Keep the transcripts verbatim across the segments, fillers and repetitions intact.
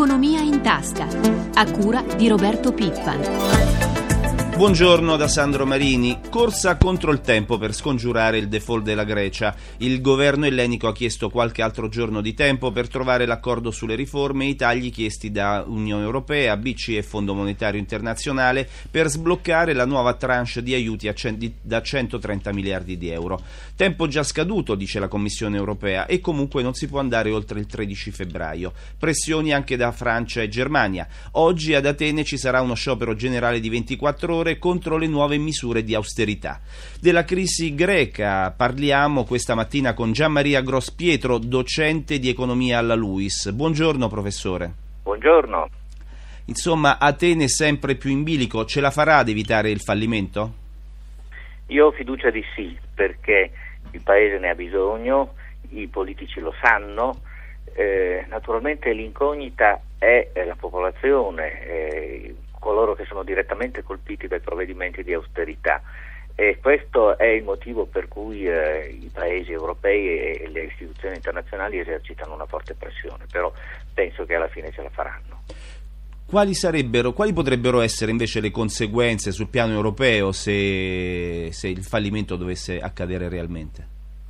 Economia in tasca, a cura di Roberto Pippan. Buongiorno da Sandro Marini. Corsa contro il tempo per scongiurare il default della Grecia. Il governo ellenico ha chiesto qualche altro giorno di tempo per trovare l'accordo sulle riforme e i tagli chiesti da Unione Europea, B C E e Fondo Monetario Internazionale per sbloccare la nuova tranche di aiuti a cent- di, da centotrenta miliardi di euro. Tempo già scaduto, dice la Commissione Europea, e comunque non si può andare oltre il tredici febbraio. Pressioni anche da Francia e Germania. Oggi ad Atene ci sarà uno sciopero generale di ventiquattro ore contro le nuove misure di austerità. Della crisi greca parliamo questa mattina con Gianmaria Grospietro, docente di economia alla LUISS. Buongiorno professore. Buongiorno. Insomma, Atene sempre più in bilico, ce la farà ad evitare il fallimento? Io ho fiducia di sì, perché il Paese ne ha bisogno, i politici lo sanno, eh, naturalmente l'incognita è la popolazione, eh, coloro che sono direttamente colpiti dai provvedimenti di austerità, e questo è il motivo per cui eh, i paesi europei e le istituzioni internazionali esercitano una forte pressione, però penso che alla fine ce la faranno. Quali sarebbero, quali potrebbero essere invece le conseguenze sul piano europeo se, se il fallimento dovesse accadere realmente?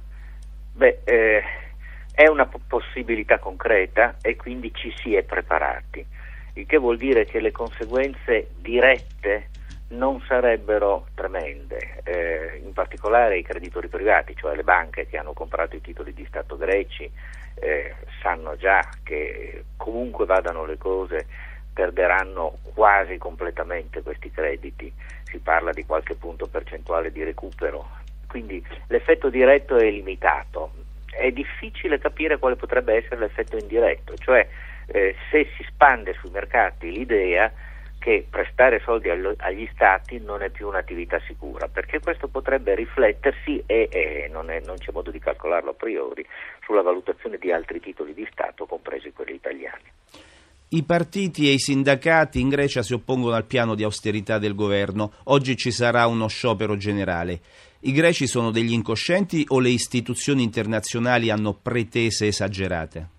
Beh, eh, è una p- possibilità concreta e quindi ci si è preparati. Il che vuol dire che le conseguenze dirette non sarebbero tremende, eh, in particolare i creditori privati, cioè le banche che hanno comprato i titoli di Stato greci, eh, sanno già che comunque vadano le cose perderanno quasi completamente questi crediti, si parla di qualche punto percentuale di recupero, quindi l'effetto diretto è limitato. È difficile capire quale potrebbe essere l'effetto indiretto, cioè Eh, se si spande sui mercati l'idea che prestare soldi allo, agli stati non è più un'attività sicura, perché questo potrebbe riflettersi e, e non, è, non c'è modo di calcolarlo a priori sulla valutazione di altri titoli di Stato, compresi quelli italiani. I partiti e i sindacati in Grecia si oppongono al piano di austerità del governo. Oggi ci sarà uno sciopero generale. I greci sono degli incoscienti o le istituzioni internazionali hanno pretese esagerate?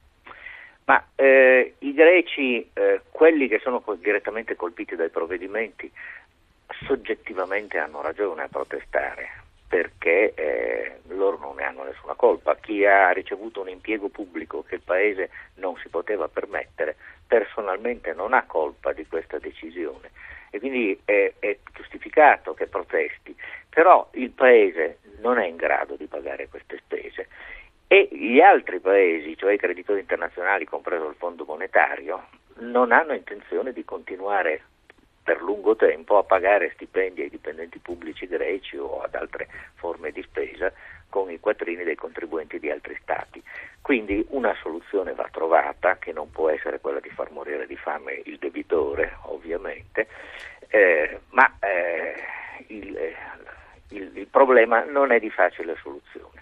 Ma eh, i greci, eh, quelli che sono co- direttamente colpiti dai provvedimenti, soggettivamente hanno ragione a protestare, perché eh, loro non ne hanno nessuna colpa. Chi ha ricevuto un impiego pubblico che il Paese non si poteva permettere, personalmente non ha colpa di questa decisione, e quindi è, è giustificato che protesti, però il Paese non è in grado di pagare queste spese. E gli altri paesi, cioè i creditori internazionali, compreso il Fondo Monetario, non hanno intenzione di continuare per lungo tempo a pagare stipendi ai dipendenti pubblici greci o ad altre forme di spesa con i quattrini dei contribuenti di altri stati. Quindi una soluzione va trovata, che non può essere quella di far morire di fame il debitore, ovviamente, eh, ma eh, il, il, il problema non è di facile soluzione.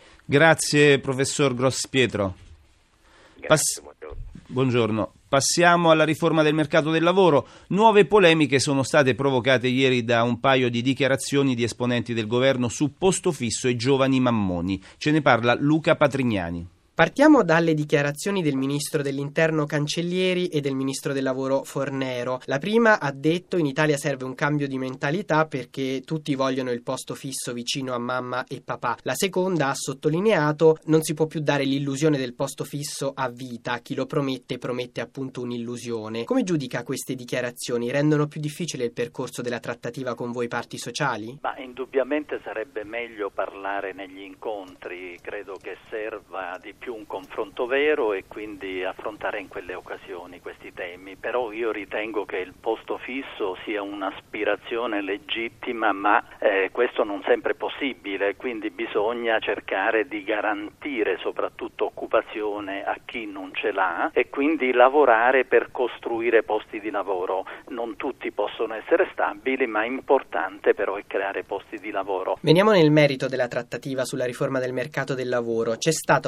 Grazie professor Grospietro. Grazie, Pass- buongiorno. Buongiorno. Passiamo alla riforma del mercato del lavoro. Nuove polemiche sono state provocate ieri da un paio di dichiarazioni di esponenti del governo su posto fisso e giovani mammoni. Ce ne parla Luca Patrignani. Partiamo dalle dichiarazioni del ministro dell'Interno Cancellieri e del ministro del Lavoro Fornero. La prima ha detto: in Italia serve un cambio di mentalità perché tutti vogliono il posto fisso vicino a mamma e papà. La seconda ha sottolineato: non si può più dare l'illusione del posto fisso a vita, chi lo promette promette appunto un'illusione. Come giudica queste dichiarazioni? Rendono più difficile il percorso della trattativa con voi parti sociali? Ma indubbiamente sarebbe meglio parlare negli incontri, credo che serva di più un confronto vero e quindi affrontare in quelle occasioni questi temi, però io ritengo che il posto fisso sia un'aspirazione legittima, ma eh, questo non sempre è possibile, quindi bisogna cercare di garantire soprattutto occupazione a chi non ce l'ha e quindi lavorare per costruire posti di lavoro. Non tutti possono essere stabili, ma importante però è creare posti di lavoro. Veniamo nel merito della trattativa sulla riforma del mercato del lavoro. C'è stata un'apertura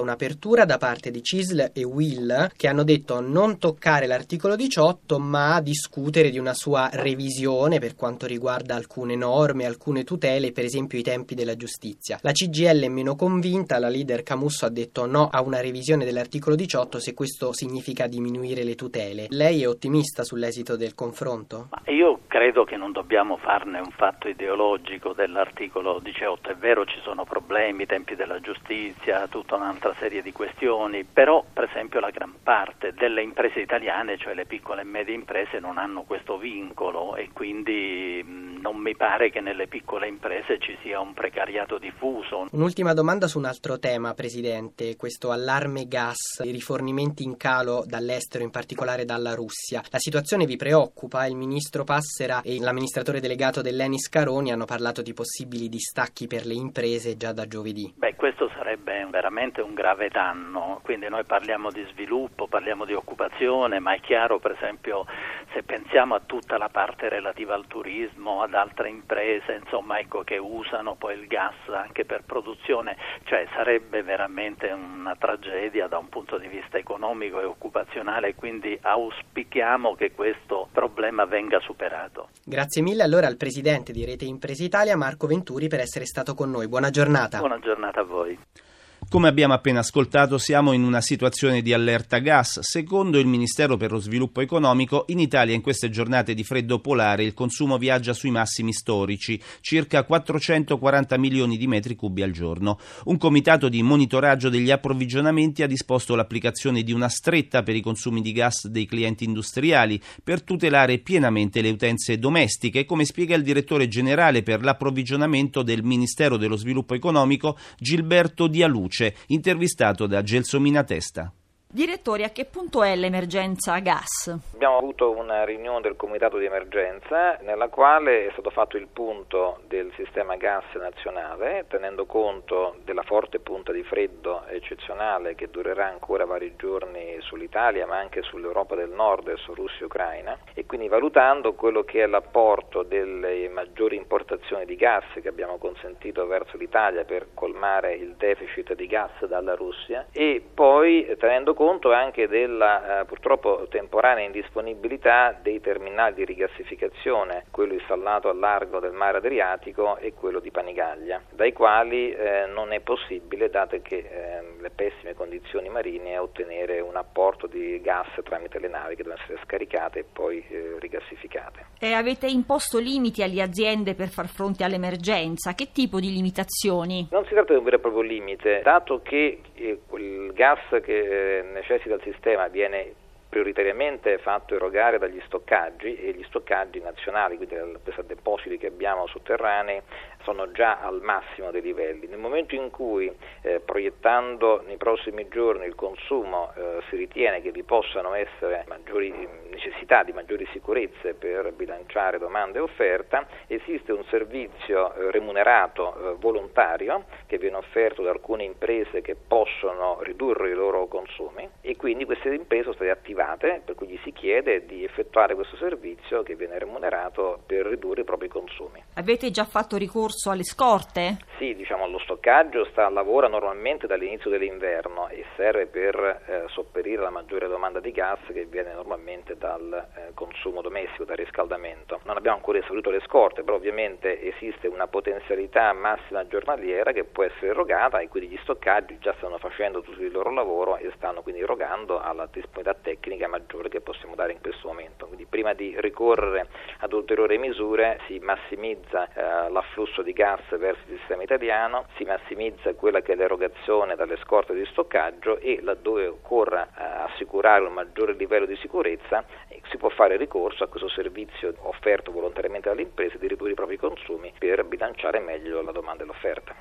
addirittura da parte di C I S L e U I L, che hanno detto non toccare l'articolo diciotto ma discutere di una sua revisione per quanto riguarda alcune norme, alcune tutele, per esempio i tempi della giustizia. La C G I L è meno convinta, la leader Camusso ha detto no a una revisione dell'articolo diciotto se questo significa diminuire le tutele. Lei è ottimista sull'esito del confronto? Ma io credo che non dobbiamo farne un fatto ideologico dell'articolo diciotto. È vero, ci sono problemi, i tempi della giustizia, tutta un'altra serie di questioni, però per esempio la gran parte delle imprese italiane, cioè le piccole e medie imprese, non hanno questo vincolo e quindi mh, non mi pare che nelle piccole imprese ci sia un precariato diffuso. Un'ultima domanda su un altro tema, Presidente, questo allarme gas, i rifornimenti in calo dall'estero, in particolare dalla Russia. La situazione vi preoccupa? Il ministro Passera e l'amministratore delegato dell'Eni Scaroni hanno parlato di possibili distacchi per le imprese già da giovedì. Beh, questo sarebbe veramente un grave danno, quindi noi parliamo di sviluppo, parliamo di occupazione, ma è chiaro, per esempio, se pensiamo a tutta la parte relativa al turismo, ad altre imprese, insomma, ecco, che usano poi il gas anche per produzione, cioè sarebbe veramente una tragedia da un punto di vista economico e occupazionale, quindi auspichiamo che questo problema venga superato. Grazie mille allora al Presidente di Rete Imprese Italia, Marco Venturi, per essere stato con noi. Buona giornata. Buona giornata a voi. Come abbiamo appena ascoltato, siamo in una situazione di allerta gas. Secondo il Ministero per lo Sviluppo Economico, in Italia in queste giornate di freddo polare il consumo viaggia sui massimi storici, circa quattrocentoquaranta milioni di metri cubi al giorno. Un comitato di monitoraggio degli approvvigionamenti ha disposto l'applicazione di una stretta per i consumi di gas dei clienti industriali per tutelare pienamente le utenze domestiche, come spiega il direttore generale per l'approvvigionamento del Ministero dello Sviluppo Economico, Gilberto Dialuce, intervistato da Gelsomina Testa. Direttore, a che punto è l'emergenza gas? Abbiamo avuto una riunione del comitato di emergenza nella quale è stato fatto il punto del sistema gas nazionale, tenendo conto della forte punta di freddo eccezionale che durerà ancora vari giorni sull'Italia ma anche sull'Europa del Nord e su Russia e Ucraina, e quindi valutando quello che è l'apporto delle maggiori importazioni di gas che abbiamo consentito verso l'Italia per colmare il deficit di gas dalla Russia, e poi tenendo conto anche della eh, purtroppo temporanea indisponibilità dei terminali di rigassificazione, quello installato al largo del mare Adriatico e quello di Panigaglia, dai quali eh, non è possibile, date che eh, le pessime condizioni marine, ottenere un apporto di gas tramite le navi che devono essere scaricate e poi eh, rigassificate. E avete imposto limiti alle aziende per far fronte all'emergenza? Che tipo di limitazioni? Non si tratta di un vero e proprio limite, dato che eh, il gas che eh, necessita il sistema viene prioritariamente fatto erogare dagli stoccaggi, e gli stoccaggi nazionali, quindi i depositi che abbiamo sotterranei, sono già al massimo dei livelli. Nel momento in cui, eh, proiettando nei prossimi giorni il consumo, eh, si ritiene che vi possano essere maggiori necessità di maggiori sicurezze per bilanciare domanda e offerta, esiste un servizio eh, remunerato eh, volontario che viene offerto da alcune imprese che possono ridurre i loro consumi, e quindi queste imprese sono state attivate, per cui gli si chiede di effettuare questo servizio che viene remunerato per ridurre i propri consumi. Avete già fatto ricorso alle scorte? Sì, diciamo, lo stoccaggio sta, lavora normalmente dall'inizio dell'inverno e serve per eh, sopperire la maggiore domanda di gas che viene normalmente dal eh, consumo domestico, dal riscaldamento. Non abbiamo ancora esaurito le scorte, però ovviamente esiste una potenzialità massima giornaliera che può essere erogata, e quindi gli stoccaggi già stanno facendo tutto il loro lavoro e stanno quindi erogando alla disponibilità tecnica maggiore che possiamo dare in questo momento. Quindi prima di ricorrere ad ulteriori misure si massimizza eh, l'afflusso di gas verso il sistema italiano, si massimizza quella che è l'erogazione dalle scorte di stoccaggio, e laddove occorra eh, assicurare un maggiore livello di sicurezza eh, si può fare ricorso a questo servizio offerto volontariamente dalle imprese di ridurre i propri consumi per bilanciare meglio la domanda e l'offerta.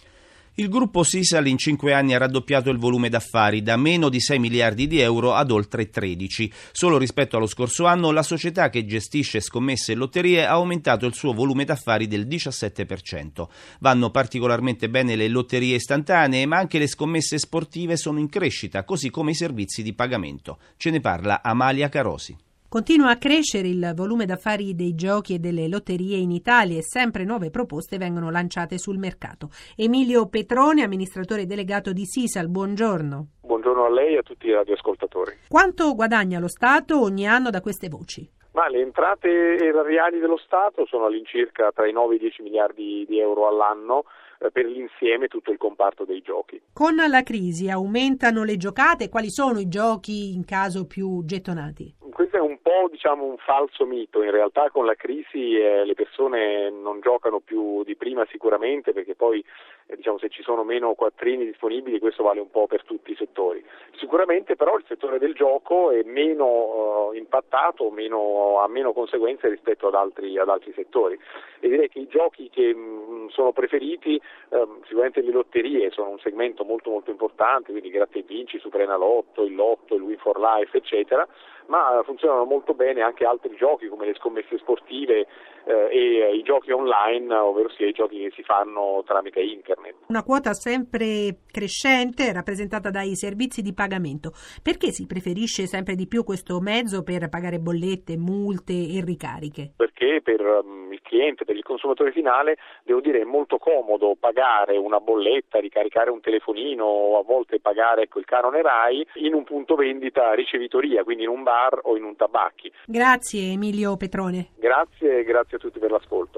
Il gruppo Sisal in cinque anni ha raddoppiato il volume d'affari da meno di sei miliardi di euro ad oltre tredici. Solo rispetto allo scorso anno la società che gestisce scommesse e lotterie ha aumentato il suo volume d'affari del diciassette per cento. Vanno particolarmente bene le lotterie istantanee, ma anche le scommesse sportive sono in crescita, così come i servizi di pagamento. Ce ne parla Amalia Carosi. Continua a crescere il volume d'affari dei giochi e delle lotterie in Italia e sempre nuove proposte vengono lanciate sul mercato. Emilio Petrone, amministratore delegato di Sisal, buongiorno. Buongiorno a lei e a tutti i radioascoltatori. Quanto guadagna lo Stato ogni anno da queste voci? Ma le entrate erariali dello Stato sono all'incirca tra i nove e i dieci miliardi di euro all'anno eh, per l'insieme tutto il comparto dei giochi. Con la crisi aumentano le giocate? Quali sono i giochi in caso più gettonati? Questo è un po' diciamo un falso mito, in realtà con la crisi eh, le persone non giocano più di prima sicuramente, perché poi eh, diciamo se ci sono meno quattrini disponibili questo vale un po' per tutti i settori. Sicuramente però il settore del gioco è meno eh, impattato, meno, ha meno conseguenze rispetto ad altri, ad altri settori, e direi che i giochi che mh, sono preferiti eh, sicuramente le lotterie sono un segmento molto molto importante, quindi Gratta e Vinci, Superenalotto, il Lotto, il Win for Life eccetera, ma funzionano molto bene anche altri giochi come le scommesse sportive eh, e i giochi online, ovvero sia i giochi che si fanno tramite internet. Una quota sempre crescente rappresentata dai servizi di pagamento. Perché si preferisce sempre di più questo mezzo per pagare bollette, multe e ricariche? Perché per um, il cliente, per il consumatore finale, devo dire è molto comodo pagare una bolletta, ricaricare un telefonino o a volte pagare ecco, il canone Rai in un punto vendita ricevitoria, quindi in un bar o in un tabacchi. Grazie Emilio Petrone. Grazie e grazie a tutti per l'ascolto.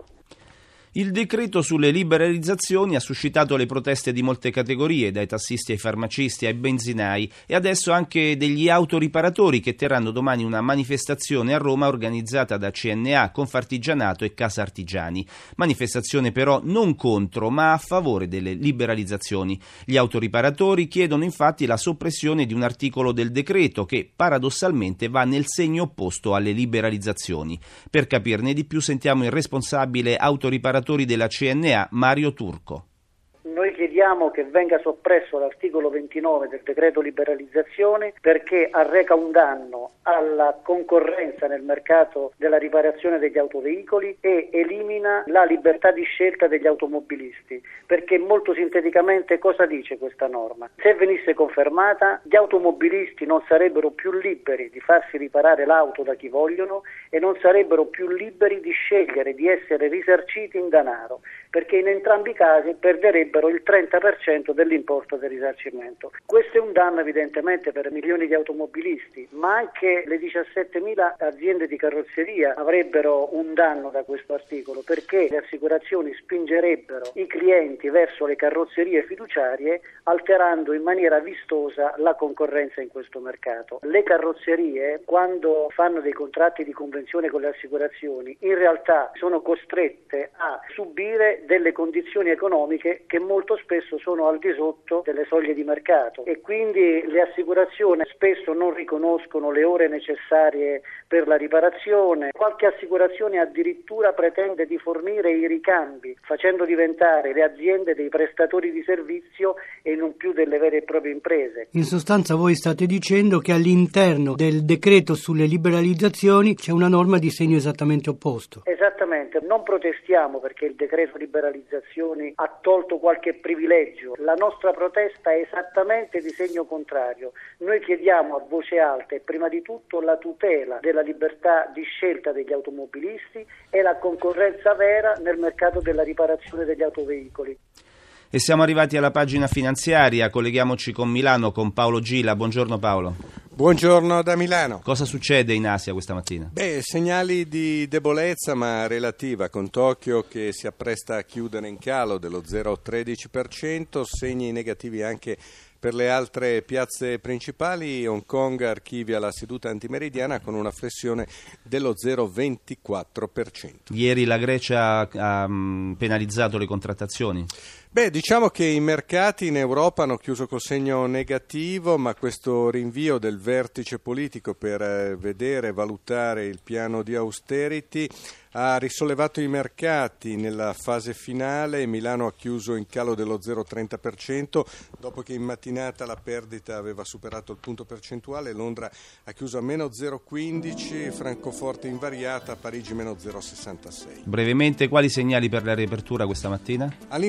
Il decreto sulle liberalizzazioni ha suscitato le proteste di molte categorie, dai tassisti ai farmacisti ai benzinai, e adesso anche degli autoriparatori che terranno domani una manifestazione a Roma organizzata da C N A, Confartigianato e Casa Artigiani. Manifestazione però non contro, ma a favore delle liberalizzazioni. Gli autoriparatori chiedono infatti la soppressione di un articolo del decreto che paradossalmente va nel segno opposto alle liberalizzazioni. Per capirne di più sentiamo il responsabile autoriparatori della C N A, Mario Turco. Noi chiediamo che venga soppresso l'articolo ventinove del decreto liberalizzazione perché arreca un danno alla concorrenza nel mercato della riparazione degli autoveicoli e elimina la libertà di scelta degli automobilisti, perché molto sinteticamente cosa dice questa norma? Se venisse confermata, gli automobilisti non sarebbero più liberi di farsi riparare l'auto da chi vogliono e non sarebbero più liberi di scegliere di essere risarciti in denaro, perché in entrambi i casi perderebbero il trenta per cento dell'importo del risarcimento. Questo è un danno evidentemente per milioni di automobilisti, ma anche le diciassettemila aziende di carrozzeria avrebbero un danno da questo articolo, perché le assicurazioni spingerebbero i clienti verso le carrozzerie fiduciarie, alterando in maniera vistosa la concorrenza in questo mercato. Le carrozzerie, quando fanno dei contratti di convenzione con le assicurazioni, in realtà sono costrette a subire delle condizioni economiche che molto spesso sono al di sotto delle soglie di mercato, e quindi le assicurazioni spesso non riconoscono le ore necessarie per la riparazione. Qualche assicurazione addirittura pretende di fornire i ricambi, facendo diventare le aziende dei prestatori di servizio e non più delle vere e proprie imprese. In sostanza voi state dicendo che all'interno del decreto sulle liberalizzazioni c'è una norma di segno esattamente opposto. Esattamente, non protestiamo perché il decreto liberalizzazioni ha tolto qualche privilegio. La nostra protesta è esattamente di segno contrario. Noi chiediamo a voce alta e prima di tutto la tutela della libertà di scelta degli automobilisti e la concorrenza vera nel mercato della riparazione degli autoveicoli. E siamo arrivati alla pagina finanziaria, colleghiamoci con Milano con Paolo Gila. Buongiorno Paolo. Buongiorno da Milano. Cosa succede in Asia questa mattina? Beh, segnali di debolezza ma relativa, con Tokyo che si appresta a chiudere in calo dello zero virgola tredici per cento, segni negativi anche per le altre piazze principali. Hong Kong archivia la seduta antimeridiana con una flessione dello zero virgola ventiquattro per cento. Ieri la Grecia ha um, penalizzato le contrattazioni? Beh, diciamo che i mercati in Europa hanno chiuso col segno negativo, ma questo rinvio del vertice politico per eh, vedere e valutare il piano di austerity ha risollevato i mercati nella fase finale. Milano ha chiuso in calo dello zero virgola trenta per cento dopo che in mattinata la perdita aveva superato il punto percentuale. Londra ha chiuso a meno zero virgola quindici, Francoforte invariata, Parigi meno zero virgola sessantasei. Brevemente, quali segnali per la riapertura questa mattina? All'insegna della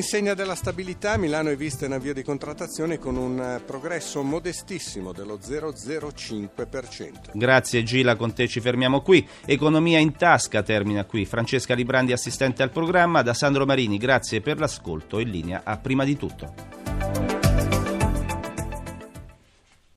la stabilità, Milano è vista in avvio di contrattazione con un progresso modestissimo dello zero virgola zero cinque per cento. Grazie Gila, con te ci fermiamo qui. Economia in tasca termina qui. Francesca Librandi, assistente al programma, da Sandro Marini, grazie per l'ascolto. In linea a Prima di Tutto.